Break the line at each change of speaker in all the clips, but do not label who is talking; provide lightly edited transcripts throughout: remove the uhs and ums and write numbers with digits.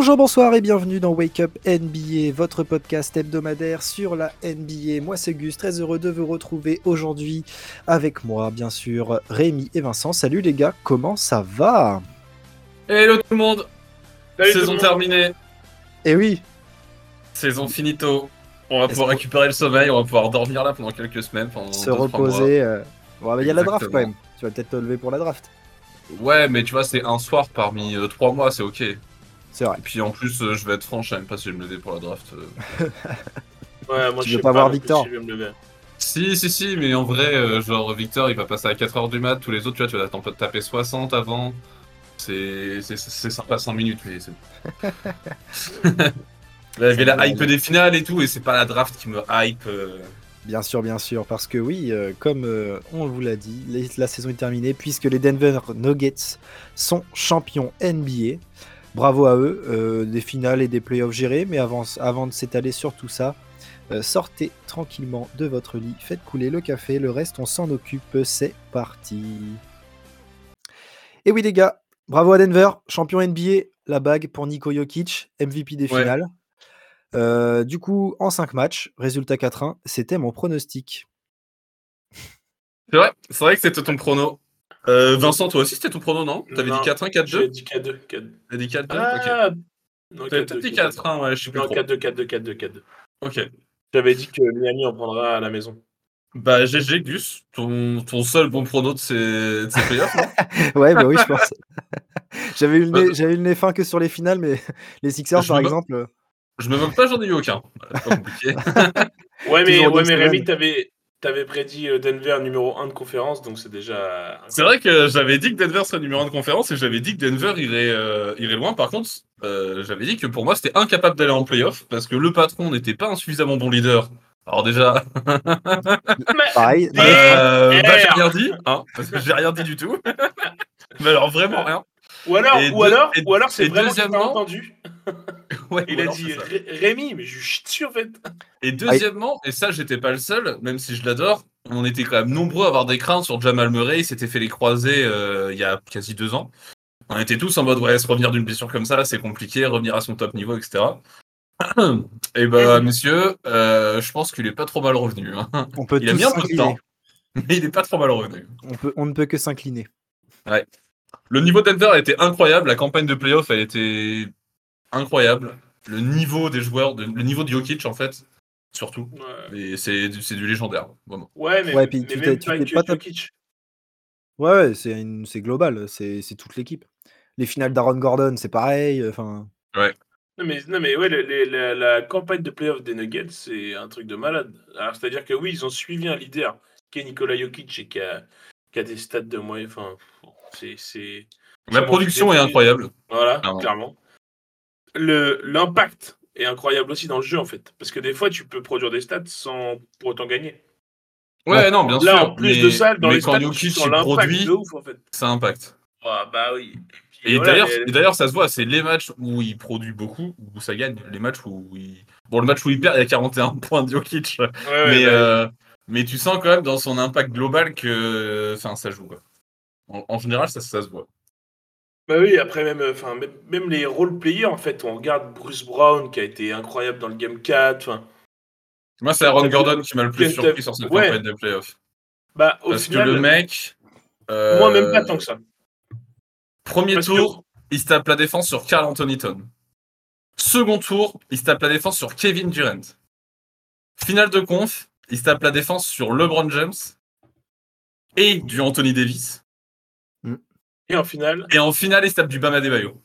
Bonjour, bonsoir et bienvenue dans Wake Up NBA, votre podcast hebdomadaire sur la NBA. Moi c'est Gus, très heureux de vous retrouver aujourd'hui avec moi, bien sûr, Rémi et Vincent. Salut les gars, comment ça va?
Hello tout le monde.
Salut
Saison
tout le monde.
terminée,
Eh oui,
saison finito. On va
Est-ce
pouvoir
qu'on-
récupérer le sommeil, on va pouvoir dormir là pendant quelques semaines, pendant
se
2-3 mois.
reposer. Bon, bah, il y a la draft quand
Exactement.
même, tu vas peut-être te lever pour la draft.
Ouais, mais tu vois, c'est un soir parmi 3 mois, c'est ok. Et
C'est vrai.
puis en plus, je vais être franc, je sais même pas si je vais me lever pour la draft.
Ouais, moi
Tu
je
veux
sais
pas voir
non plus
Victor
si je vais me lever.
Si, mais en vrai, genre Victor il va passer à 4h du mat, tous les autres, tu vois, tu vas t'en taper 60 avant. C'est sympa 5 minutes, mais c'est. Il y avait la hype des finales et tout, et c'est pas la draft qui me hype.
Bien sûr, parce que oui, comme on vous l'a dit, la saison est terminée puisque les Denver Nuggets sont champions NBA. Bravo à eux, des finales et des playoffs gérés, mais avant de s'étaler sur tout ça, sortez tranquillement de votre lit, faites couler le café, le reste on s'en occupe, c'est parti. Et oui les gars, bravo à Denver, champion NBA, la bague pour Niko Jokic, MVP des
Ouais.
finales. Du coup, en 5 matchs, résultat 4-1, c'était mon pronostic.
C'est vrai que c'était ton prono. Vincent, toi aussi c'était ton prono, non? T'avais dit
Non,
4-1, 4-2?
j'ai dit 4-2.
T'as dit 4-2? Ok.
Ah non,
T'avais
4-2.
peut-être dit 4-1, ouais, je sais plus
Non,
trop.
4-2, 4-2, 4-2, 4-2.
Ok.
J'avais dit que Miami en prendra à la maison.
Bah, GG Gus, ton seul bon prono de ces playoffs, non?
Ouais, bah oui, je pense. J'avais eu
Bah,
le nez fin que sur les finales, mais les Sixers,
Je
par
me mo-
exemple,
Je me moque pas, j'en ai eu aucun. C'est pas compliqué.
Ouais,
Toujours
mais
Game
Rémi,
Seven.
t'avais prédit Denver numéro 1 de conférence, donc c'est déjà.
C'est vrai que j'avais dit que Denver serait numéro 1 de conférence et j'avais dit que Denver irait loin. Par contre, j'avais dit que pour moi, c'était incapable d'aller en playoff parce que le patron n'était pas un suffisamment bon leader. Alors déjà,
Pareil.
Mais-
bah, j'ai rien dit, hein, parce que j'ai rien dit du tout. Mais alors vraiment rien.
Ou alors,
Et
ou alors,
et-
ou alors c'est
et
vraiment qu'il t'a
deuxièmement-
entendu.
Ouais,
Il
ou
a
alors,
dit
c'est ça.
Rémi, mais je suis dessus en fait.
Et deuxièmement, et ça j'étais pas le seul, même si je l'adore, on était quand même nombreux à avoir des craintes sur Jamal Murray, il s'était fait les croisés il y a quasi 2 ans. On était tous en mode ouais, se revenir d'une blessure comme ça, là c'est compliqué, revenir à son top niveau, etc. Et bah messieurs, je pense qu'il est pas trop mal revenu. Hein.
On peut
Il a
tous
mis un peu de
s'incliner.
temps, mais il est pas trop mal revenu.
On ne peut que s'incliner.
Ouais. Le niveau de Denver a été incroyable, la campagne de playoff a été incroyable. Le niveau des joueurs, le niveau de Jokic en fait, surtout.
Ouais,
Et c'est du légendaire, vraiment.
ouais, mais,
Ouais, puis
mais
tu
même
t'es
pas que
pas tapé.
Jokic.
Ouais, c'est global, c'est toute l'équipe. Les finales d'Aaron Gordon, c'est pareil. Enfin,
Ouais.
Non, mais ouais, la campagne de playoff des Nuggets, c'est un truc de malade. Alors, c'est-à-dire que oui, ils ont suivi un leader qui est Nikola Jokic et qui a des stats de moyenne. Enfin, c'est.
La
ça m'en
production
fait
est
des-
incroyable.
Voilà,
Clairement.
clairement. L'impact est incroyable aussi dans le jeu, en fait. Parce que des fois, tu peux produire des stats sans pour autant gagner.
Ouais, non, bien
Là,
sûr.
en plus de ça, dans
mais
les
quand
stats, tu
Jokic
sens
il
l'impact
produit,
de ouf, en fait.
ça impacte.
Ah, bah oui. puis,
Et
voilà,
d'ailleurs, ça se voit, c'est les matchs où il produit beaucoup, où ça gagne. Les matchs où il. Bon, le match où il perd, il y a 41 points de Jokic.
ouais,
mais,
bah,
mais tu sens quand même dans son impact global que. Enfin, ça joue, quoi. En général, ça se voit.
bah oui, après même les role players en fait, on regarde Bruce Brown qui a été incroyable dans le game 4, enfin
Moi, c'est Aaron
T'as-
Gordon qui m'a le plus
t'as-
surpris sur cette
ouais.
campagne de playoff.
bah au
Parce que
final
le mec.
moi même pas tant que ça.
Premier
Parce
tour, il se tape la défense sur Karl Anthony Towns. Second tour, il se tape la défense sur Kevin Durant. Finale de conf, il se tape la défense sur LeBron James et du Anthony Davis.
Et en finale
Et en finale, il se tape du Bam Adebayo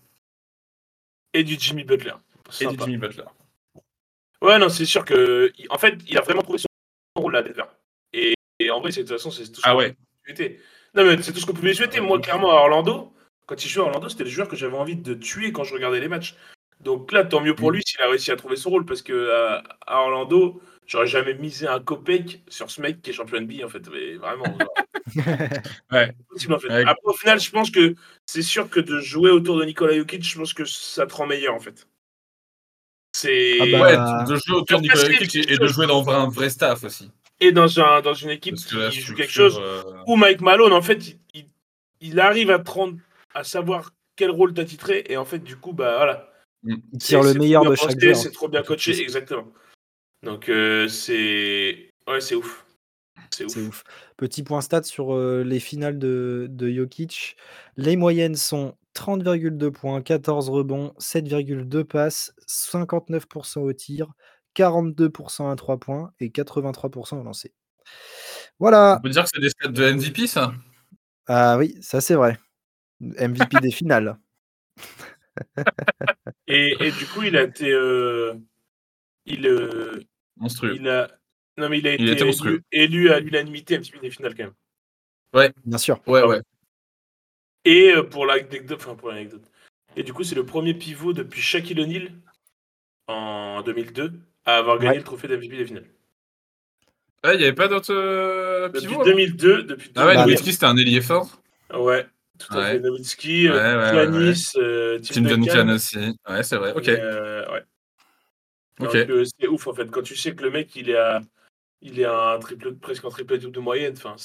et du Jimmy Butler.
et du
Sympa.
Jimmy Butler.
Ouais, non, c'est sûr que en fait, il a vraiment trouvé son rôle là Denver. Et en vrai, de toute façon, c'est tout ce
Ah
qu'on
ouais.
pouvait souhaiter. Non mais c'est tout ce qu'on pouvait souhaiter. Moi clairement à Orlando, quand il jouait à Orlando, c'était le joueur que j'avais envie de tuer quand je regardais les matchs. Donc là, tant mieux pour lui s'il a réussi à trouver son rôle parce que à Orlando, j'aurais jamais misé un copec sur ce mec qui est champion NBA en fait. Mais vraiment.
Ouais.
Possible, en fait.
Ouais.
Après, au final, je pense que c'est sûr que de jouer autour de Nikola Jokic, je pense que ça te rend meilleur en fait. C'est
Ah bah,
Ouais, de jouer autour de Nikola Jokic et de jouer dans un vrai staff aussi.
et dans une équipe
Parce que la
qui joue quelque
structure,
chose où Mike Malone en fait il arrive à savoir quel rôle t'as titré et en fait du coup bah voilà
Il tire le meilleur de chaque joueur.
C'est trop bien coaché, exactement. Donc c'est ouf. C'est ouf.
Petit point stat sur les finales de Jokic. Les moyennes sont 30,2 points, 14 rebonds, 7,2 passes, 59% au tir, 42% à 3 points et 83% au lancer.
On
Voilà.
peut dire que c'est des stats de MVP, ça?
Ah oui, ça c'est vrai. MVP des finales.
Et du coup, il a été
Monstrueux.
il a
Il a été monstrueux.
élu à l'unanimité MVP des finales quand même.
Ouais.
Bien sûr.
Ouais.
Et pour l'anecdote. Et du coup, c'est le premier pivot depuis Shaquille O'Neal en 2002 à avoir gagné le trophée d'MVP des finales.
Ouais, il n'y avait pas d'autres pivots
Depuis 2002.
Ah ouais,
Bah,
Nowitzki, c'était un ailier fort.
Ouais, tout à fait. Nowitzki,
Ouais.
Giannis,
Tim Duncan aussi. Ouais, c'est vrai. Ok.
Ouais. Donc c'est ouf en fait. Quand tu sais que le mec, il est à presque un triple double de moyenne. Enfin,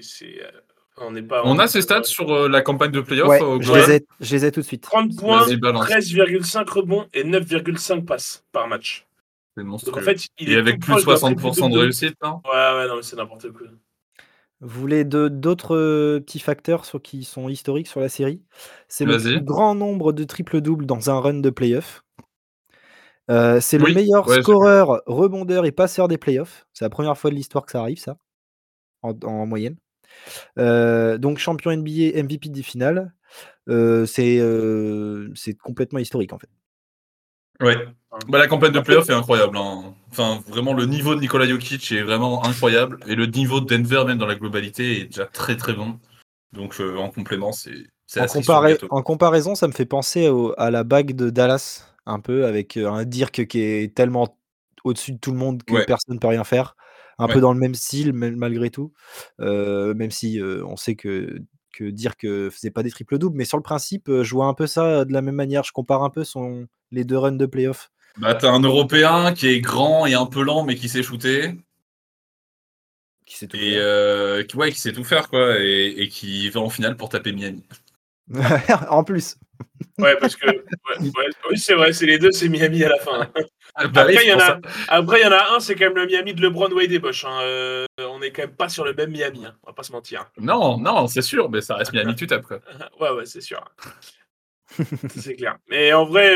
on a ces stats sur la campagne de playoff
Ouais,
au
je
global.
les ai tout de suite.
30 points,
Vas-y, balance.
13,5 rebonds et 9,5 passes par match.
C'est monstrueux.
Donc en fait, il
et
est
avec plus de 60% de réussite, non?
Ouais, non, mais c'est n'importe quoi.
Vous voulez d'autres petits facteurs qui sont historiques sur la série? C'est le
Vas-y.
plus grand nombre de triple-double dans un run de playoff. C'est le meilleur scoreur, rebondeur et passeur des playoffs. C'est la première fois de l'histoire que ça arrive, ça, en moyenne. Donc champion NBA, MVP des finales. C'est complètement historique, en fait.
Ouais. Bah, la campagne de playoff est incroyable. Hein. Enfin, vraiment, le niveau de Nikola Jokic est vraiment incroyable. Et le niveau de Denver, même dans la globalité, est déjà très très bon. Donc, en complément, c'est assez sur le gâteau.
En comparaison, ça me fait penser à la bague de Dallas, un peu, avec un Dirk qui est tellement au-dessus de tout le monde que personne ne peut rien faire. Un peu dans le même style, malgré tout. Même si on sait que Dirk faisait pas des triples-doubles. Mais sur le principe, je vois un peu ça de la même manière. Je compare un peu les deux runs de playoff.
Bah, t'as un Européen qui est grand et un peu lent, mais qui sait shooter.
Qui sait tout faire.
Qui sait tout faire, quoi. Et qui va en finale pour taper Miami.
En plus.
Ouais, parce que oui, c'est vrai, c'est les deux, c'est Miami à la fin.
Bah,
après, il y en a un, c'est quand même le Miami de LeBron, Wade et Bosh. Hein. On est quand même pas sur le même Miami, hein. On va pas se mentir.
Non, c'est sûr, mais ça reste Miami que tu tapes, quoi.
Ouais, c'est sûr. C'est clair. Mais en vrai,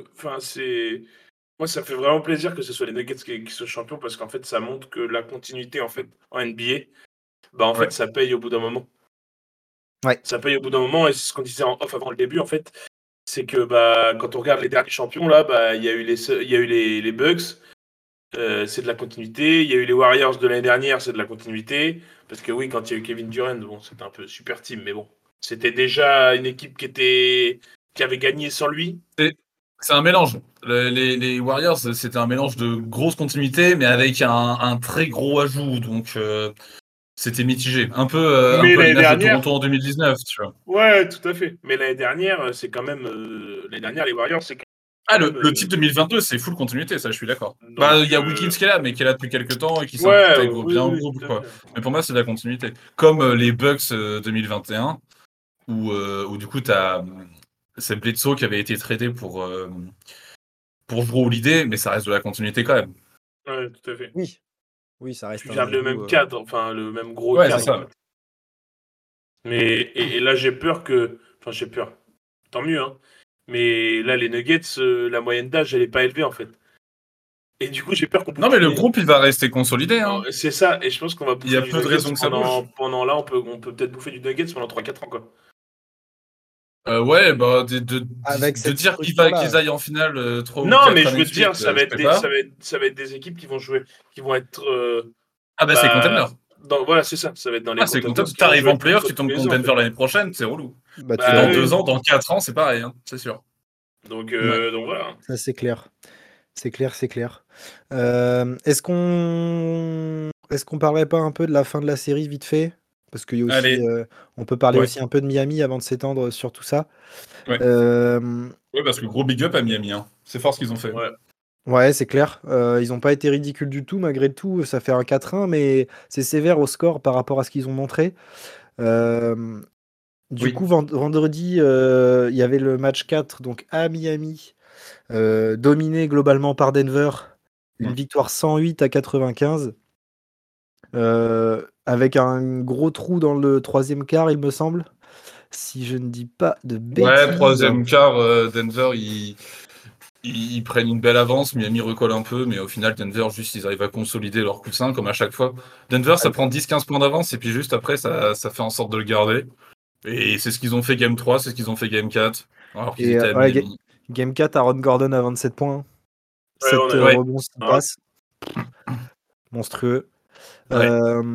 moi, ça me fait vraiment plaisir que ce soit les Nuggets qui soient champions parce qu'en fait, ça montre que la continuité en NBA, fait, ça paye au bout d'un moment.
Ouais.
Ça paye au bout d'un moment et c'est ce qu'on disait en off avant le début, en fait. C'est que quand on regarde les derniers champions, là, il y a eu les Bucks, c'est de la continuité. Il y a eu les Warriors de l'année dernière, c'est de la continuité. Parce que oui, quand il y a eu Kevin Durant, bon, c'était un peu super team, mais bon. C'était déjà une équipe qui avait gagné sans lui.
C'est un mélange. Les Warriors, c'était un mélange de grosse continuité, mais avec un très gros ajout. Donc, c'était mitigé. Un peu à l'image de Toronto en 2019, tu vois.
Ouais, tout à fait. Mais l'année dernière, c'est quand même... l'année dernière, les Warriors, c'est
quand même... le titre 2022, c'est full continuité, ça, je suis d'accord. Il y a Wiggins qui est là, mais qui est là depuis quelques temps et qui s'intègre bien au groupe, quoi. Mais pour moi, c'est de la continuité. Comme les Bucks 2021, où du coup, t'as... C'est Bledsoe qui avait été traité pour jouer au Holiday, mais ça reste de la continuité quand même.
Ouais, tout à fait.
Oui, ça reste.
Tu gardes le même cadre, enfin le même gros cadre.
C'est ça.
Mais et là j'ai peur que, j'ai peur. Tant mieux, hein. Mais là les Nuggets, la moyenne d'âge elle est pas élevée en fait. Et du coup j'ai peur qu'on.
Non mais le groupe il va rester consolidé. Hein.
C'est ça, et je pense qu'on va bouffer.
Il y a peu de raisons que ça bouge.
Pendant là, on peut peut-être bouffer du Nuggets pendant 3-4 ans quoi.
De dire qu'ils aillent en finale 3 ou 4
Non, mais je veux dire, ça va être des équipes qui vont jouer, qui vont être.
C'est contender.
Voilà, c'est ça, ça va être dans les
contenders. T'arrives en playoff, tu tombes contre Denver l'année prochaine, c'est relou. Dans 2 ans, dans 4 ans, c'est pareil, hein, c'est sûr.
Donc voilà.
Ça, c'est clair. C'est clair. Est-ce qu'on parlerait pas un peu de la fin de la série vite fait? Parce qu'il y a aussi, on peut parler aussi un peu de Miami avant de s'étendre sur tout ça.
Ouais, parce que gros big up à Miami, hein. C'est fort ce qu'ils ont fait.
Ouais, c'est clair. Ils n'ont pas été ridicules du tout, malgré tout. Ça fait un 4-1, mais c'est sévère au score par rapport à ce qu'ils ont montré. Du coup, vendredi, il y avait le match 4 donc à Miami dominé globalement par Denver. Une victoire 108-95. Avec un gros trou dans le troisième quart, il me semble. Si je ne dis pas de bêtises.
Ouais, troisième quart, Denver, ils prennent une belle avance, Miami recolle un peu, mais au final, Denver, juste, ils arrivent à consolider leur coussin, comme à chaque fois. Denver, ça prend 10-15 points d'avance, et puis juste après, ça fait en sorte de le garder. Et c'est ce qu'ils ont fait Game 3, c'est ce qu'ils ont fait Game 4, alors qu'ils étaient à Miami.
Game 4, Aaron Gordon à 27 points. 7
Ouais.
rebonds, 6 passes. Monstrueux.
Ouais.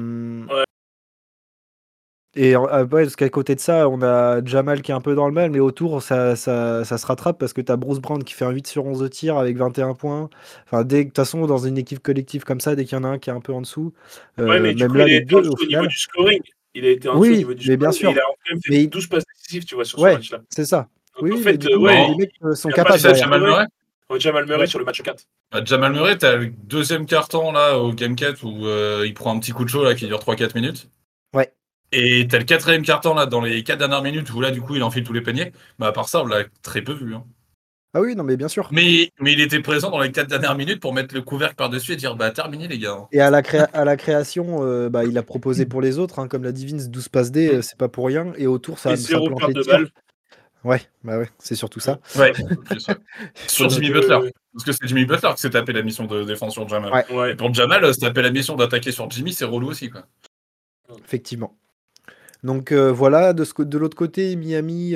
Et parce qu'à côté de ça, on a Jamal qui est un peu dans le mal, mais autour, ça se rattrape parce que tu as Bruce Brown qui fait un 8 sur 11 de tir avec 21 points. Enfin, de toute façon, dans une équipe collective comme ça, dès qu'il y en a un qui est un peu en dessous,
mais
même
du coup,
là,
il a
les
été en
deux,
dessous
au
au niveau
final.
du scoring. Il a été en dessous au niveau du
mais bien
scoring.
sûr.
Il a quand même fait 12 passes décisives, tu vois, sur ce match-là.
C'est ça.
Donc,
oui,
en
mais
fait,
du coup,
ouais,
les mecs sont
il y a
capables
pas
Jamal Murray.
Jamal Murray sur le match 4.
Jamal Murray, t'as le deuxième quart-temps là au Game 4 où il prend un petit coup de chaud là qui dure 3-4 minutes.
Ouais.
Et t'as le quatrième quart-temps là dans les 4 dernières minutes où là du coup il enfile tous les paniers. Mais à part ça, on l'a très peu vu. Hein.
Ah oui, non, mais bien sûr.
Mais il était présent dans les 4 dernières minutes pour mettre le couvercle par-dessus et dire bah terminé les gars.
Et à la création, il a proposé pour les autres, hein, comme l'a dit Vince, 12 passes D, c'est pas pour rien. Et autour, ça
zéro
plante
perte
les
de
tirs.
balle.
Ouais, c'est surtout ça.
Ouais, sur Jimmy Butler. Parce que c'est Jimmy Butler qui s'est tapé la mission de défense sur Jamal.
Ouais.
Et pour Jamal, se taper la mission d'attaquer sur Jimmy, c'est relou aussi, quoi.
Effectivement. Donc voilà, de l'autre côté, Miami,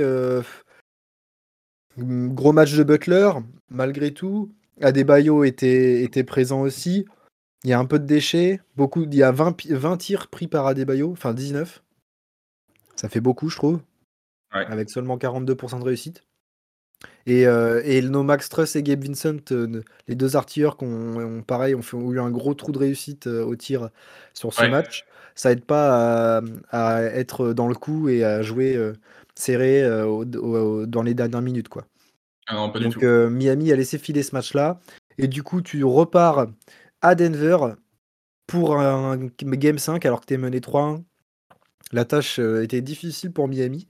gros match de Butler, malgré tout. Adebayo était présent aussi. Il y a un peu de déchets. Il y a 20 tirs pris par Adebayo, enfin 19. Ça fait beaucoup, je trouve.
Ouais.
Avec seulement 42% de réussite. Et nos Max Truss et Gabe Vincent, les deux artilleurs qui ont eu un gros trou de réussite au tir sur ce match. Ça aide pas à être dans le coup et à jouer serré dans les dernières minutes, quoi.
Ah non, pas du
Donc
tout.
Miami a laissé filer ce match-là. Et du coup, tu repars à Denver pour un Game 5 alors que tu es mené 3-1. La tâche était difficile pour Miami.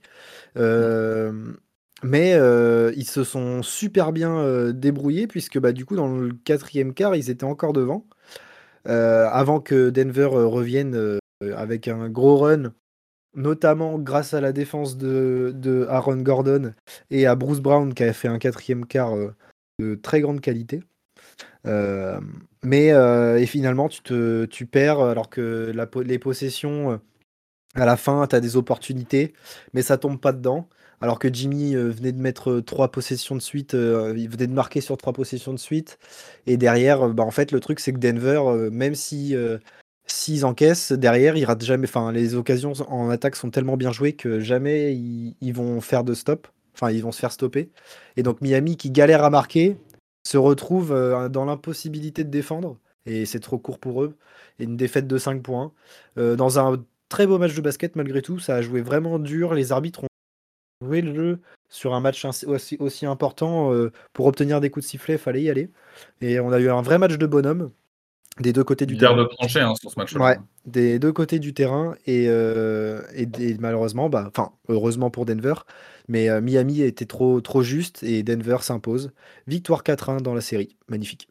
Mais ils se sont super bien débrouillés puisque du coup, dans le quatrième quart, ils étaient encore devant. Avant que Denver revienne avec un gros run, notamment grâce à la défense de Aaron Gordon et à Bruce Brown qui a fait un quatrième quart de très grande qualité. Et finalement, tu perds alors que les possessions, à la fin, tu as des opportunités, mais ça tombe pas dedans. Alors que Jimmy venait de mettre 3 possessions de suite, il venait de marquer sur 3 possessions de suite. Et derrière, en fait, le truc, c'est que Denver, même s'ils encaissent, derrière, ils ratent jamais. Enfin, les occasions en attaque sont tellement bien jouées que jamais ils vont faire de stop. Enfin, ils vont se faire stopper. Et donc, Miami, qui galère à marquer, se retrouve dans l'impossibilité de défendre. Et c'est trop court pour eux. Et une défaite de 5 points. Dans un très beau match de basket, malgré tout. Ça a joué vraiment dur. Les arbitres ont joué le jeu sur un match aussi important. Pour obtenir des coups de sifflet, il fallait y aller. Et on a eu un vrai match de bonhomme des deux côtés du terrain.
de trancher sur ce match-là.
Ouais, des deux côtés du terrain. Et malheureusement, heureusement pour Denver, mais Miami était trop juste et Denver s'impose. Victoire 4-1 dans la série. Magnifique.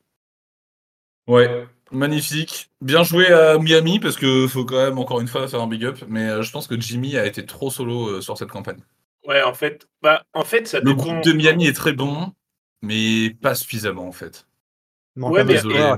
Ouais, magnifique. Bien joué à Miami parce que faut quand même encore une fois faire un big up. Mais je pense que Jimmy a été trop solo sur cette campagne.
Ouais, en fait, ça
Le
dépend.
groupe de Miami est très bon, mais pas suffisamment en fait.
Désolé.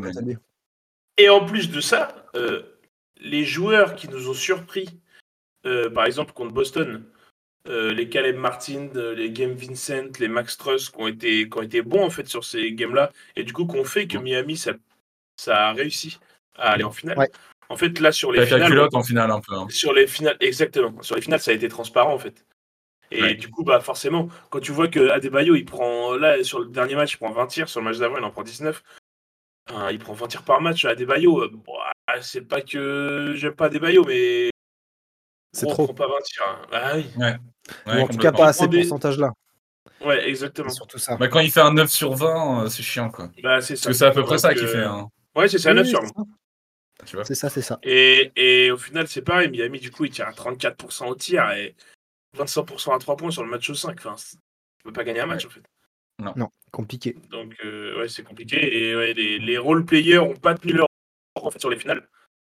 Et en plus de ça, les joueurs qui nous ont surpris, par exemple contre Boston, les Caleb Martin, les Game Vincent, les Max Truss qui ont été bons en fait sur ces games-là, et du coup qui ont fait que Miami ça a réussi à aller en finale.
Ouais.
En fait, là sur les finales,
culotte en finale un peu. Hein.
Sur les finales, exactement. Sur les finales, ça a été transparent en fait. Et du coup, forcément, quand tu vois que Adebayo, il prend là sur le dernier match, il prend 20 tirs, sur le match d'avant, il en prend 19. Il prend 20 tirs par match à Adebayo. C'est pas que j'aime pas Adebayo, mais
c'est trop.
On prend pas 20 tirs. Hein. Ah oui.
Ouais.
Ou en tout cas, pas à ces pourcentages-là.
Ouais, exactement.
C'est surtout ça.
Quand il fait un 9 sur 20, c'est chiant, quoi.
C'est ça.
Parce que c'est à peu près ça qu'il fait. Hein.
Ouais, c'est ça, 9 sur 20.
Tu vois, c'est ça.
Et au final, c'est pareil. Miami, du coup, il tire à 34% au tir et 25% à 3 points sur le match 5. Enfin, tu peux pas gagner un match, en fait.
Non, compliqué.
Donc, ouais, c'est compliqué. Et ouais, les role-players n'ont pas tenu leur en fait, sur les finales.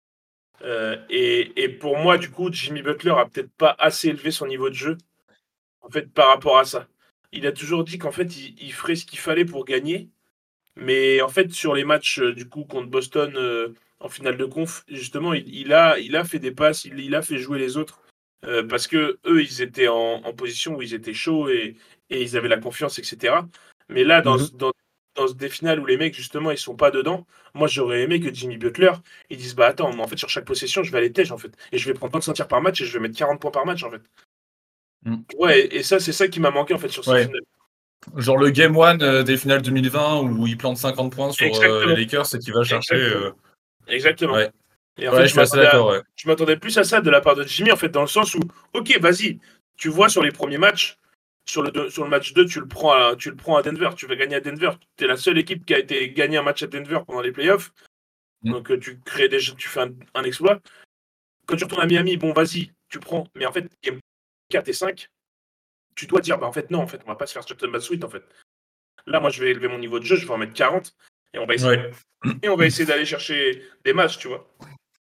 Et pour moi, du coup, Jimmy Butler a peut-être pas assez élevé son niveau de jeu en fait, par rapport à ça. Il a toujours dit qu'en fait, il ferait ce qu'il fallait pour gagner. Mais en fait, sur les matchs du coup contre Boston en finale de conf, justement, il a fait des passes, il a fait jouer les autres parce que eux, ils étaient en position où ils étaient chauds et ils avaient la confiance, etc. Mais là,
Mhm.
dans des finales où les mecs, justement, ils sont pas dedans, moi, j'aurais aimé que Jimmy Butler, ils disent, bah attends, mais en fait, sur chaque possession, je vais aller tège, en fait. Et je vais prendre 25 tirs par match et je vais mettre 40 points par match, en fait.
Mm.
Ouais, et ça, c'est ça qui m'a manqué, en fait, sur ces
Ouais.
finales.
Genre le Game 1 des finales 2020 où il plante 50 points sur les
Exactement.
Lakers et qu'il va chercher.
Exactement. Exactement.
Ouais.
Et en
Ouais,
fait,
je suis assez d'accord, ouais.
je m'attendais plus à ça de la part de Jimmy, en fait, dans le sens où, ok, vas-y, tu vois sur les premiers matchs, sur le match 2 tu le prends à Denver, tu vas gagner à Denver. Tu es la seule équipe qui a été gagné un match à Denver pendant les playoffs.
Mm.
Donc tu fais un exploit. Quand tu retournes à Miami, bon, vas-y, tu prends. Mais en fait, game 4 et 5, tu dois dire, bah en fait, non, en fait, on va pas se faire Jackson Bad Sweet, en fait. Là, moi, je vais élever mon niveau de jeu, je vais en mettre 40
Ouais.
et on va essayer d'aller chercher des matchs, tu vois.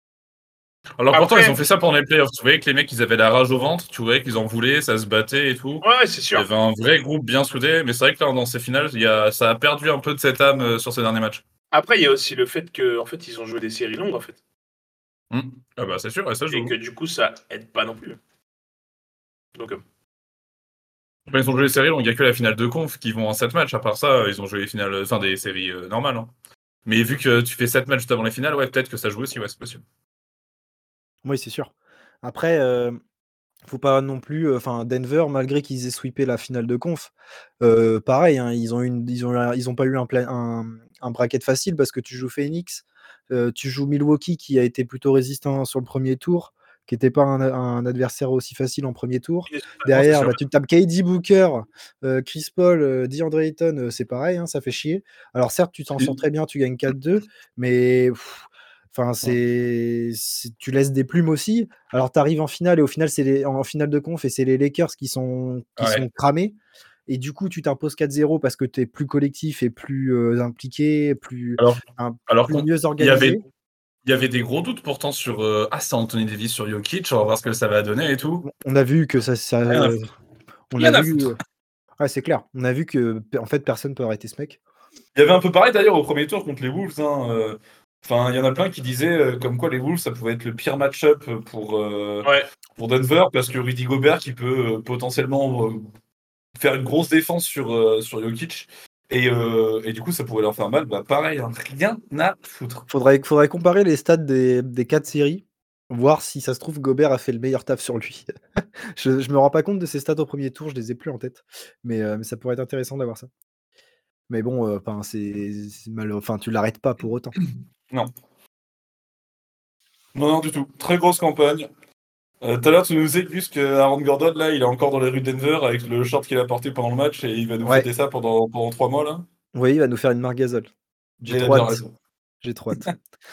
Alors pourtant, ils ont
Après,
fait ça pendant les playoffs. Tu voyais que les mecs, ils avaient la rage au ventre. Tu voyais qu'ils en voulaient, ça se battait et tout.
ouais, c'est
Il y
sûr.
avait un vrai groupe bien soudé. Mais c'est vrai que là, dans ces finales, ça a perdu un peu de cette âme sur ces derniers matchs.
Après, il y a aussi le fait que, en fait, ils ont joué des séries longues, en fait.
Mm. Ah bah c'est sûr, ouais, ça
Et que
joue.
du coup, ça aide pas non plus. Donc,
Quand ils ont joué les séries, donc il n'y a que la finale de conf qui vont en 7 matchs. À part ça, ils ont joué les finales, enfin des séries normales, hein. Mais vu que tu fais 7 matchs juste avant les finales, ouais, peut-être que ça joue aussi, ouais, c'est possible.
Oui, c'est sûr. Après, faut pas non plus, enfin Denver, malgré qu'ils aient sweepé la finale de conf, pareil, hein, ils ont pas eu un bracket facile parce que tu joues Phoenix, tu joues Milwaukee qui a été plutôt résistant sur le premier tour, qui était pas un adversaire aussi facile en premier tour.
Non, c'est
Derrière,
sûr.
bah, tu te tapes KD Booker, Chris Paul, DeAndre Ayton, c'est pareil, hein, ça fait chier. Alors certes, tu t'en sors très bien, tu gagnes 4-2, mais enfin, tu laisses des plumes aussi. Alors, tu arrives en finale et au final, en finale de conf et c'est les Lakers qui sont
Ouais.
cramés. Et du coup, tu t'imposes 4-0 parce que tu es plus collectif et plus impliqué,
Alors, alors
plus
qu'on
mieux
il y avait,
organisé.
il y avait des gros doutes pourtant sur c'est Anthony Davis sur Jokic, on va voir ce que ça va donner et tout.
On a vu que
Rien à foutre.
on a
Rien à
vu,
foutre.
ouais, c'est clair. On a vu que en fait, personne peut arrêter ce mec.
Il y avait un peu pareil d'ailleurs au premier tour contre les Wolves, hein. Enfin, il y en a plein qui disaient comme quoi les Wolves, ça pouvait être le pire match-up
ouais.
pour Denver parce que Rudy Gobert qui peut potentiellement faire une grosse défense sur Jokic et du coup ça pourrait leur faire mal. Bah pareil, hein, rien à foutre.
Faudrait comparer les stats des 4 séries, voir si ça se trouve Gobert a fait le meilleur taf sur lui. Je me rends pas compte de ses stats au premier tour, je les ai plus en tête. Mais ça pourrait être intéressant d'avoir ça. Mais bon, enfin, enfin, tu l'arrêtes pas pour autant.
Non. Non, non, du tout. Très grosse campagne. Tout à l'heure, tu nous disais que Aaron Gordon, là, il est encore dans les rues de Denver avec le short qu'il a porté pendant le match et il va nous
Ouais,
fêter ça pendant 3 mois, là.
oui, il va nous faire une Margasol. J'ai
Et il a
trop
bien
hâte.
raison.
J'ai trop hâte.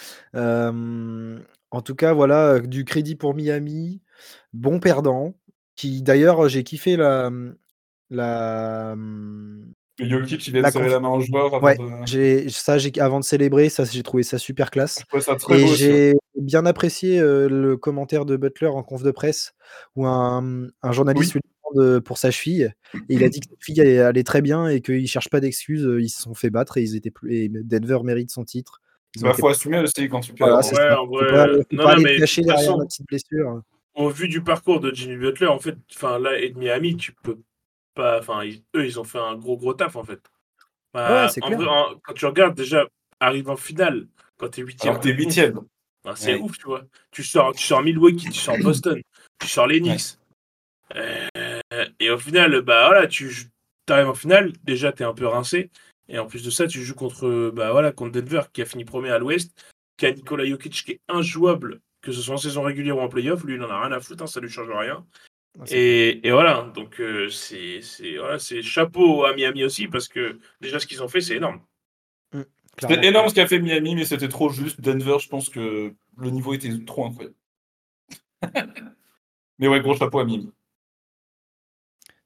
En tout cas, voilà, du crédit pour Miami. Bon perdant. Qui d'ailleurs, j'ai kiffé la,
Que Jokic, il vient de
la
serrer
conf.
la main au joueur avant
Ouais,
de.
avant de célébrer, ça, j'ai trouvé ça super classe.
Je trouvais ça très
Et
beau aussi, ouais.
j'ai bien apprécié le commentaire de Butler en conf de presse où un journaliste
Oui.
lui demande pour sa cheville et il a dit que sa fille allait très bien et qu'il ne cherche pas d'excuses. Ils se sont fait battre et Denver mérite son titre. Ils ont
Bah,
été.
faut assumer aussi quand tu perds,
Voilà,
hein.
c'est
Ouais,
ça.
en
Faut
vrai.
pas, faut
Non,
pas
non,
aller te
mais de
cacher
toute
derrière la
façon,
petite blessure.
au vu du parcours de Jimmy Butler, en fait, enfin, là, et de Miami, tu peux pas. Enfin, eux, ils ont fait un gros taf, en fait.
Ouais, c'est
En
clair.
vrai, quand tu regardes, déjà, arrive en finale, quand t'es
Alors
huitième
que
de
t'es
conf,
huitième.
ben, c'est
Ouais.
ouf, tu vois. Tu sors Milwaukee, tu sors Boston, tu sors les
Ouais.
Knicks. Et au final, bah voilà, arrives en finale, déjà t'es un peu rincé. Et en plus de ça, tu joues contre Denver qui a fini premier à l'Ouest, qui a Nikola Jokic qui est injouable, que ce soit en saison régulière ou en playoff. Lui, il en a rien à foutre, hein, ça lui change rien.
Ah, c'est clair.
Et voilà, donc c'est chapeau à Miami aussi, parce que déjà ce qu'ils ont fait, c'est énorme.
Mm,
C'était
clairement,
énorme
clairement.
ce qu'a fait Miami, mais c'était trop juste. Denver, je pense que le niveau était trop incroyable. Mais ouais, gros chapeau à Miami.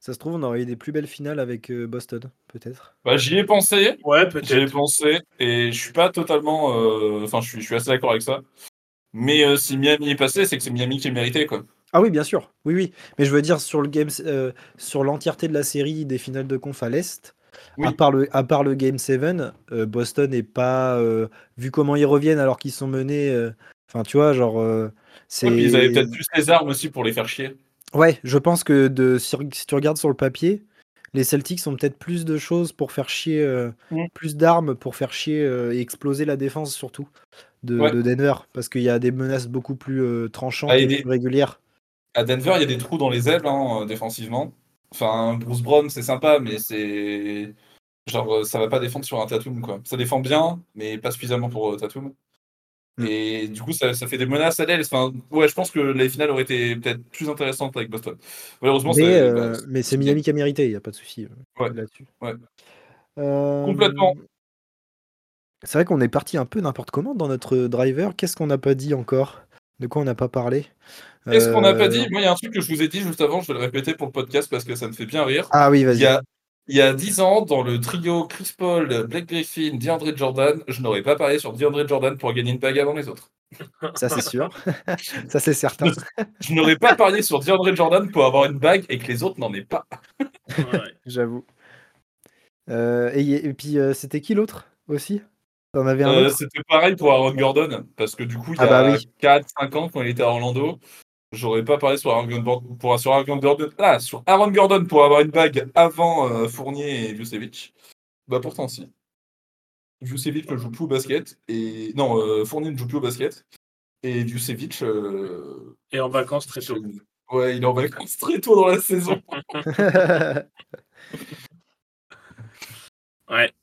Ça se trouve, on aurait eu des plus belles finales avec Boston, peut-être.
Bah, j'y ai pensé.
Ouais,
J'y ai
peut-être.
pensé. Et je suis pas totalement. Enfin, je suis assez d'accord avec ça. Mais si Miami est passé, c'est que c'est Miami qui est mérité, quoi.
Ah oui, bien sûr. Oui, oui. Mais je veux dire, sur l'entièreté de la série des finales de conf à l'Est,
Oui.
à part le Game 7, Boston n'est pas. Vu comment ils reviennent alors qu'ils sont menés. Enfin, tu vois, genre.
Ouais, puis ils avaient
C'est.
peut-être plus les armes aussi pour les faire chier.
Ouais, je pense que si tu regardes sur le papier, les Celtics ont peut-être plus de choses pour faire chier.
Mm.
Plus d'armes pour faire chier et exploser la défense, surtout,
Ouais.
de Denver. Parce qu'il y a des menaces beaucoup plus
Ah,
tranchantes et plus régulières.
À Denver, il y a des trous dans les ailes, hein, défensivement. Enfin, Bruce Brown, c'est sympa, mais c'est. Genre, ça va pas défendre sur un Tatum, quoi. Ça défend bien, mais pas suffisamment pour Tatum.
Mm.
Et du coup, ça fait des menaces à l'aile. Enfin, ouais, je pense que les finales auraient été peut-être plus intéressantes avec Boston. Malheureusement,
Mais c'est
c'est Miami.
Miami qui a mérité, il n'y a pas de souci
Ouais,
là-dessus.
ouais.
Euh,
Complètement.
c'est vrai qu'on est parti un peu n'importe comment dans notre driver. Qu'est-ce qu'on n'a pas dit encore? De quoi on n'a pas parlé?
Qu'est-ce qu'on n'a pas
Euh,
dit? Moi, il y a un truc que je vous ai dit juste avant, je vais le répéter pour le podcast parce que ça me fait bien rire.
Ah oui,
Il y
vas-y.
a, il y a 10 ans, dans le trio Chris Paul, Blake Griffin, DeAndre Jordan, je n'aurais pas parié sur DeAndre Jordan pour gagner une bague avant les autres.
Ça, c'est sûr. Ça, c'est
Je ne-
certain.
je n'aurais pas parié sur DeAndre Jordan pour avoir une bague et que les autres n'en aient pas.
Ouais.
J'avoue. Et puis, c'était qui l'autre aussi? T'en avais un autre?
C'était pareil pour Aaron Gordon, parce que du coup, il y
Ah bah
a
oui.
4-5 ans, quand il était à Orlando, j'aurais pas parié sur sur Aaron Gordon pour avoir une bague avant Fournier et Vucevic. Bah pourtant, si. Vucevic ne joue plus au basket, et non, Fournier ne joue plus au basket, et Vucevic,
Et en vacances très tôt.
ouais, il est en vacances très tôt dans la saison.
Ouais.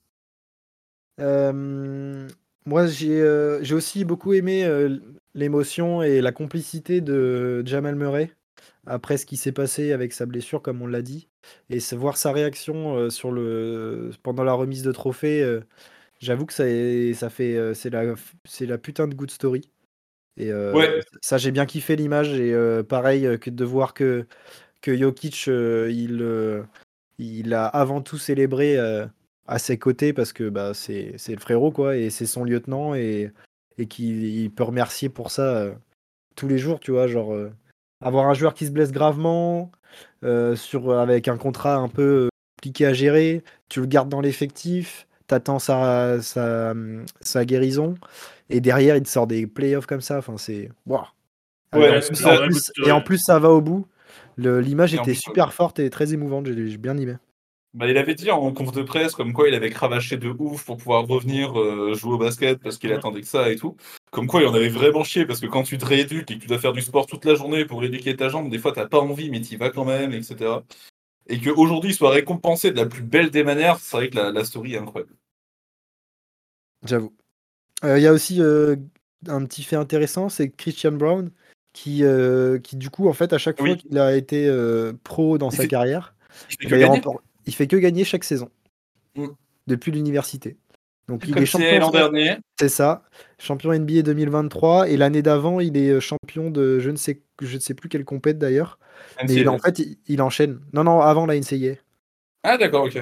Euh, Moi, j'ai aussi beaucoup aimé l'émotion et la complicité de Jamal Murray après ce qui s'est passé avec sa blessure, comme on l'a dit, et voir sa réaction pendant la remise de trophée. J'avoue que ça fait c'est la putain de good story. Et
Ouais,
ça, j'ai bien kiffé l'image et pareil que de voir que Jokic il a avant tout célébré à ses côtés parce que bah, c'est le frérot quoi et c'est son lieutenant et qu'il peut remercier pour ça tous les jours, tu vois, genre avoir un joueur qui se blesse gravement avec un contrat un peu compliqué à gérer, tu le gardes dans l'effectif, t'attends sa guérison et derrière il te sort des playoffs comme ça, enfin c'est waouh. Ah,
ouais,
C'est
en
une vraie
plus,
good
et
story.
en plus ça va au bout. L'image
et en
était
plus,
super forte et très émouvante, j'ai bien aimé.
bah, il avait dit en conf de presse comme quoi il avait cravaché de ouf pour pouvoir revenir jouer au basket parce qu'il
Mm.
attendait que ça et tout. Comme quoi il en avait vraiment chié parce que quand tu te rééduques et que tu dois faire du sport toute la journée pour rééduquer ta jambe, des fois t'as pas envie mais t'y vas quand même, etc. Et qu'aujourd'hui il soit récompensé de la plus belle des manières, c'est vrai que la story est incroyable.
J'avoue. Il y a aussi un petit fait intéressant, c'est Christian Brown qui du coup en fait à chaque fois
Oui,
qu'il a été pro dans
il
sa
fait,
carrière,
il fait
eh
que
ben,
gagner.
il fait que gagner chaque saison
Mm.
depuis l'université. Donc il est
Comme c'est
champion,
l'an dernier.
c'est ça, champion NBA 2023 et l'année d'avant il est champion de je ne sais plus quelle compète d'ailleurs, mais en
NCAA.
fait il enchaîne. Non non avant la NCAA.
Ah d'accord, ok.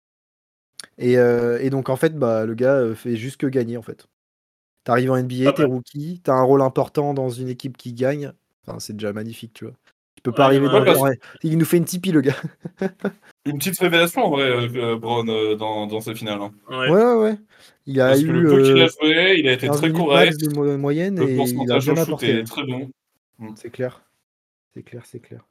Et donc en fait bah le gars fait juste que gagner en fait. T'arrives en NBA,
Pas
t'es
mal.
rookie, t'as un rôle important dans une équipe qui gagne. Enfin, c'est déjà magnifique, tu vois. Tu peux pas
Ouais,
arriver
Ouais,
dans.
parce
Ouais, il nous fait une tipi, le gars.
une petite révélation en vrai, Brown, dans ces finales, hein.
Ouais.
Ouais, ouais, ouais. Il a
Parce que le
eu
peu qu'il a joué, il a été
15
très
minutes max
correct.
de moyenne
Le
et il a
pourcentage
bien
au shoot
apporté.
est
Ouais.
très bon. Mm.
C'est clair. C'est clair, c'est clair.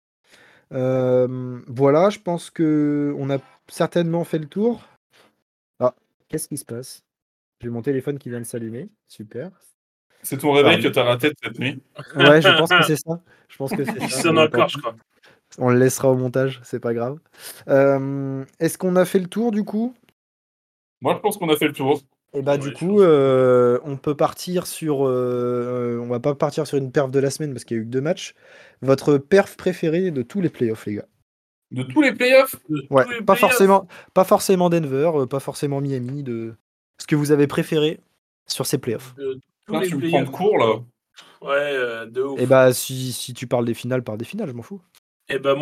Voilà, je pense que on a certainement fait le tour. Ah, qu'est-ce qui se passe? J'ai mon téléphone qui vient de s'allumer. Super.
C'est ton réveil que
Pardon.
t'as raté de cette nuit.
Ouais, je pense que c'est ça. Je pense que c'est
Il
ça.
sonne
Bon, tant
encore, je
pis.
crois.
On le laissera au montage, c'est pas grave. Est-ce qu'on a fait le tour du coup?
Moi, je pense qu'on a fait le tour.
Et bah
Ouais,
du
je
coup,
pense.
on peut partir sur. On va pas partir sur une perf de la semaine parce qu'il y a eu que 2 matchs. Votre perf préférée de tous les playoffs, les gars.
De tous les playoffs,
De
Ouais,
tous les playoffs.
pas forcément Denver, pas forcément Miami. Ce que vous avez préféré sur ces playoffs.
De tous
putain,
les
tu me prends de
playoffs.
cours là.
Ouais, de
Et
ouf.
bah si tu parles des finales, parle des finales, je m'en fous.
Et ben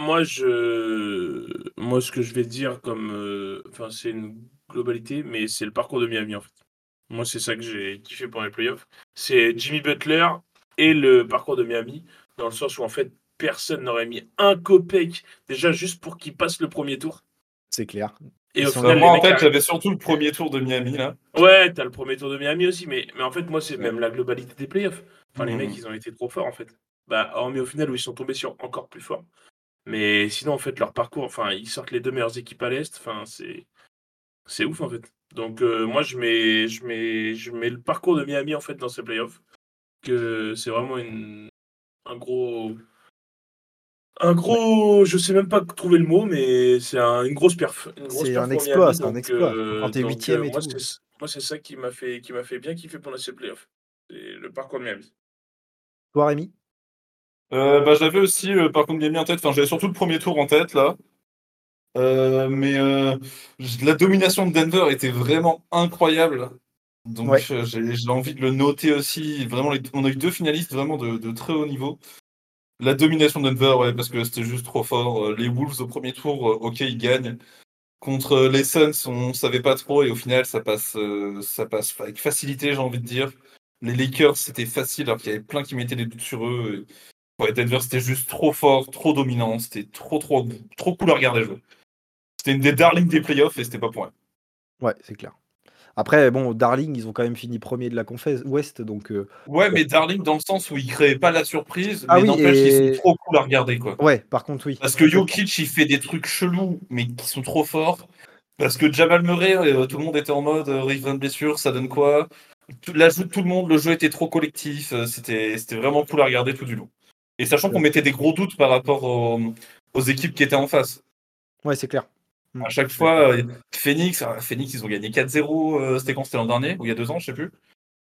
moi, ce que je vais dire comme, enfin, c'est une globalité, mais c'est le parcours de Miami en fait. Moi, c'est ça que j'ai kiffé pendant les playoffs. C'est Jimmy Butler et le parcours de Miami, dans le sens où en fait, personne n'aurait mis un copec déjà juste pour qu'il passe le premier tour.
C'est clair.
Et
Ils
au
sont
final,
Moi,
les
en
mecs
tête,
arrivent.
j'avais surtout le premier tour de Miami, là.
Ouais, t'as le premier tour de Miami aussi, mais en fait, moi, c'est
Ouais.
même la globalité des playoffs. Enfin, les mecs,
Mhm.
ils ont été trop forts en fait. Bah, hormis au final où ils sont tombés sur encore plus fort. Mais sinon, en fait, leur parcours, enfin, ils sortent les deux meilleures équipes à l'Est. Enfin, c'est ouf, en fait. Donc, moi, je mets le parcours de Miami, en fait, dans ces playoffs. Que c'est vraiment
Ouais.
je sais même pas trouver le mot, mais c'est une grosse perf. Une grosse
C'est un
perf pour
exploit,
Miami.
c'est un
Donc,
exploit. Quand t'es huitième et tout.
moi, c'est ça qui m'a fait bien kiffer pendant ces playoffs. C'est le parcours de Miami.
Toi, Rémi?
Bah, j'avais aussi le parcours de Miami en tête. Enfin, j'avais surtout le premier tour en tête, là. Mais la domination de Denver était vraiment incroyable. Donc,
Ouais,
j'ai envie de le noter aussi. Vraiment, on a eu deux finalistes vraiment de très haut niveau. La domination de Denver, ouais, parce que c'était juste trop fort. Les Wolves au premier tour, ok, ils gagnent. Contre les Suns, on savait pas trop et au final, ça passe avec facilité, j'ai envie de dire. Les Lakers, c'était facile alors qu'il y avait plein qui mettaient des doutes sur eux. Ouais, Denver, c'était juste trop fort, trop dominant. C'était trop cool à regarder jouer. C'était une des darlings des playoffs et c'était pas pour rien.
ouais, c'est clair. Après, bon, Darling, ils ont quand même fini premier de la conf Ouest, donc
Ouais,
bon.
mais darling dans le sens où ils créaient pas la surprise,
Ah
mais
oui,
n'empêche qu'ils sont
et
trop cool à regarder, quoi.
ouais, par contre, oui,
Parce que
complètement.
Jokic, il fait des trucs chelous, mais qui sont trop forts. Parce que Jamal Murray, tout le monde était en mode revient de blessure, ça donne quoi? L'ajout de tout le monde, le jeu était trop collectif, c'était vraiment cool à regarder tout du long. Et sachant qu'on mettait des gros doutes par rapport aux équipes qui étaient en face.
Ouais, c'est clair.
À chaque
D'accord.
fois, Phoenix, ils ont gagné 4-0, c'était quand? C'était l'an dernier, ou il y a 2 ans, je sais plus.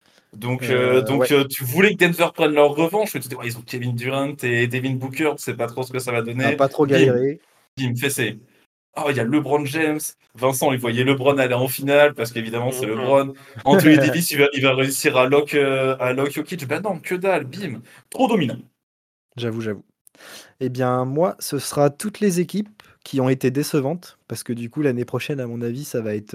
Ouais,
Tu voulais que Denver prenne leur revanche, mais tu te dis, ouais, ils ont Kevin Durant et Devin Booker, tu sais pas trop ce que ça va
ça a
donner.
pas trop
Bim,
galéré.
bim, fessé. Oh, il y a LeBron James. Vincent, il voyait LeBron aller en finale parce qu'évidemment, c'est
Mhm.
LeBron. Anthony Davis, il va réussir à lock Jokic. Ben non, que dalle, bim. Trop dominant.
J'avoue, j'avoue. Eh bien, moi, ce sera toutes les équipes qui ont été décevantes, parce que du coup, l'année prochaine, à mon avis,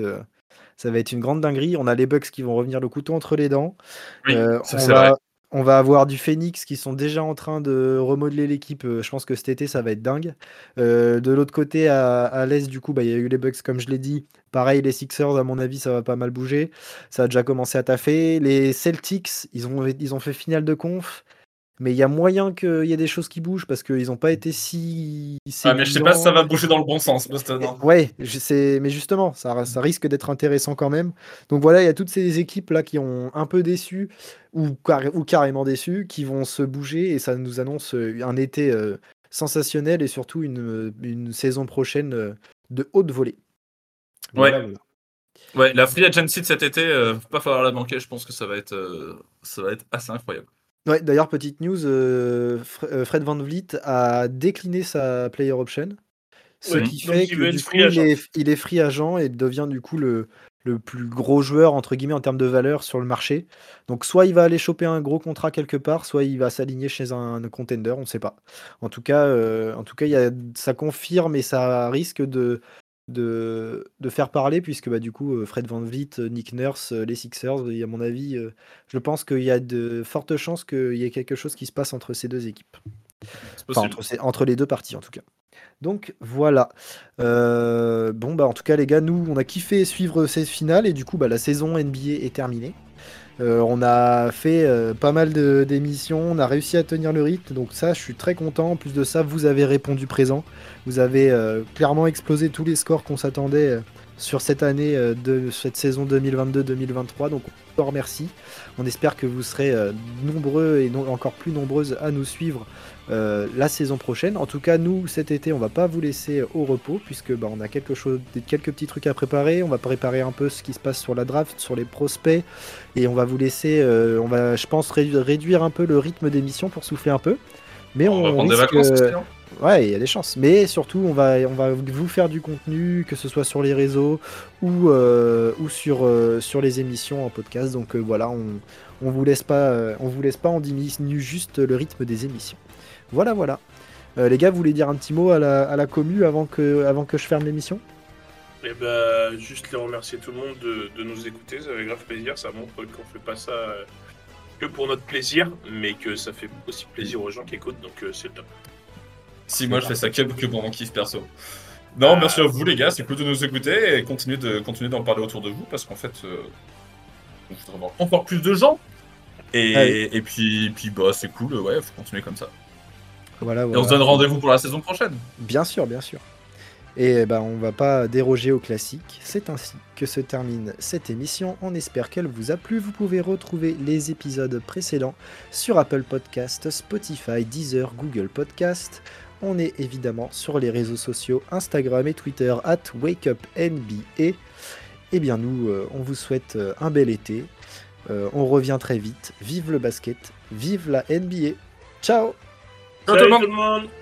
ça va être une grande dinguerie. On a les Bucks qui vont revenir le couteau entre les dents.
Oui, ça
On
c'est vrai.
va, on va avoir du Phoenix qui sont déjà en train de remodeler l'équipe. Je pense que cet été, ça va être dingue. De l'autre côté, à l'Est, du coup, bah, il y a eu les Bucks, comme je l'ai dit. Pareil, les Sixers, à mon avis, ça va pas mal bouger. Ça a déjà commencé à taffer. Les Celtics, ils ont fait finale de conf. Mais il y a moyen qu'il y ait des choses qui bougent parce qu'ils n'ont pas été si
Ah, mais je sais pas si ça
séduisants.
va bouger dans le bon sens, Boston, hein.
Ouais, mais justement, ça risque d'être intéressant quand même. Donc voilà, il y a toutes ces équipes là qui ont un peu déçu ou carrément déçu, qui vont se bouger et ça nous annonce un été sensationnel et surtout une saison prochaine de haute volée. Voilà,
Ouais,
voilà.
ouais, la free agency de cet été, faut pas falloir la manquer. Je pense que ça va être assez incroyable.
Ouais, d'ailleurs, petite news, Fred VanVleet a décliné sa player option. Ce
Ouais.
qui
Donc,
fait
il
que
veut être
du
free
coup,
agent.
il est free agent et devient du coup le plus gros joueur entre guillemets en termes de valeur sur le marché. Donc soit il va aller choper un gros contrat quelque part, soit il va s'aligner chez un contender, on ne sait pas. En tout cas, ça confirme et ça risque de faire parler puisque bah, du coup Fred VanVleet, Nick Nurse, les Sixers, et à mon avis, je pense qu'il y a de fortes chances qu'il y ait quelque chose qui se passe entre ces deux équipes.
C'est
Enfin
possible.
entre les deux parties en tout cas. Donc voilà. Bon bah en tout cas les gars, nous on a kiffé suivre ces finales et du coup bah la saison NBA est terminée. On a fait pas mal d'émissions, on a réussi à tenir le rythme, donc ça je suis très content. En plus de ça, vous avez répondu présent. Vous avez clairement explosé tous les scores qu'on s'attendait sur cette année de cette saison 2022-2023. Donc on vous remercie. On espère que vous serez nombreux et encore plus nombreuses à nous suivre la saison prochaine. En tout cas, nous cet été, on va pas vous laisser au repos puisque bah, on a quelques petits trucs à préparer. On va préparer un peu ce qui se passe sur la draft, sur les prospects. Et on va vous laisser, on va, je pense, réduire un peu le rythme d'émission pour souffler un peu. Mais
On va
on
prendre des
risque.
vacances aussi, hein.
Ouais, il y a des chances. Mais surtout, on va vous faire du contenu, que ce soit sur les réseaux ou sur les émissions en podcast. Donc voilà, on vous laisse pas en diminue juste le rythme des émissions. Voilà, voilà. Les gars, vous voulez dire un petit mot à la commu avant que je ferme l'émission?
Et bah, juste les remercier tout le monde de nous écouter, ça fait grave plaisir, ça montre qu'on fait pas ça que pour notre plaisir, mais que ça fait aussi plaisir aux gens qui écoutent, donc c'est top.
Si moi je fais ça que pour mon kiff perso. Non, merci à vous les gars, c'est cool de nous écouter et continuez d'en parler autour de vous parce qu'en fait, on voudrait voir encore plus de gens. Et puis bah c'est cool, ouais, faut continuer comme ça.
Voilà.
Et on se donne rendez-vous pour la saison prochaine.
Bien sûr, bien sûr. Et on va pas déroger au classique. C'est ainsi que se termine cette émission. On espère qu'elle vous a plu. Vous pouvez retrouver les épisodes précédents sur Apple Podcast, Spotify, Deezer, Google Podcast. On est évidemment sur les réseaux sociaux Instagram et Twitter @WakeUpNBA. Et bien nous, on vous souhaite un bel été. On revient très vite. Vive le basket, vive la NBA. Ciao!
Salut tout le monde.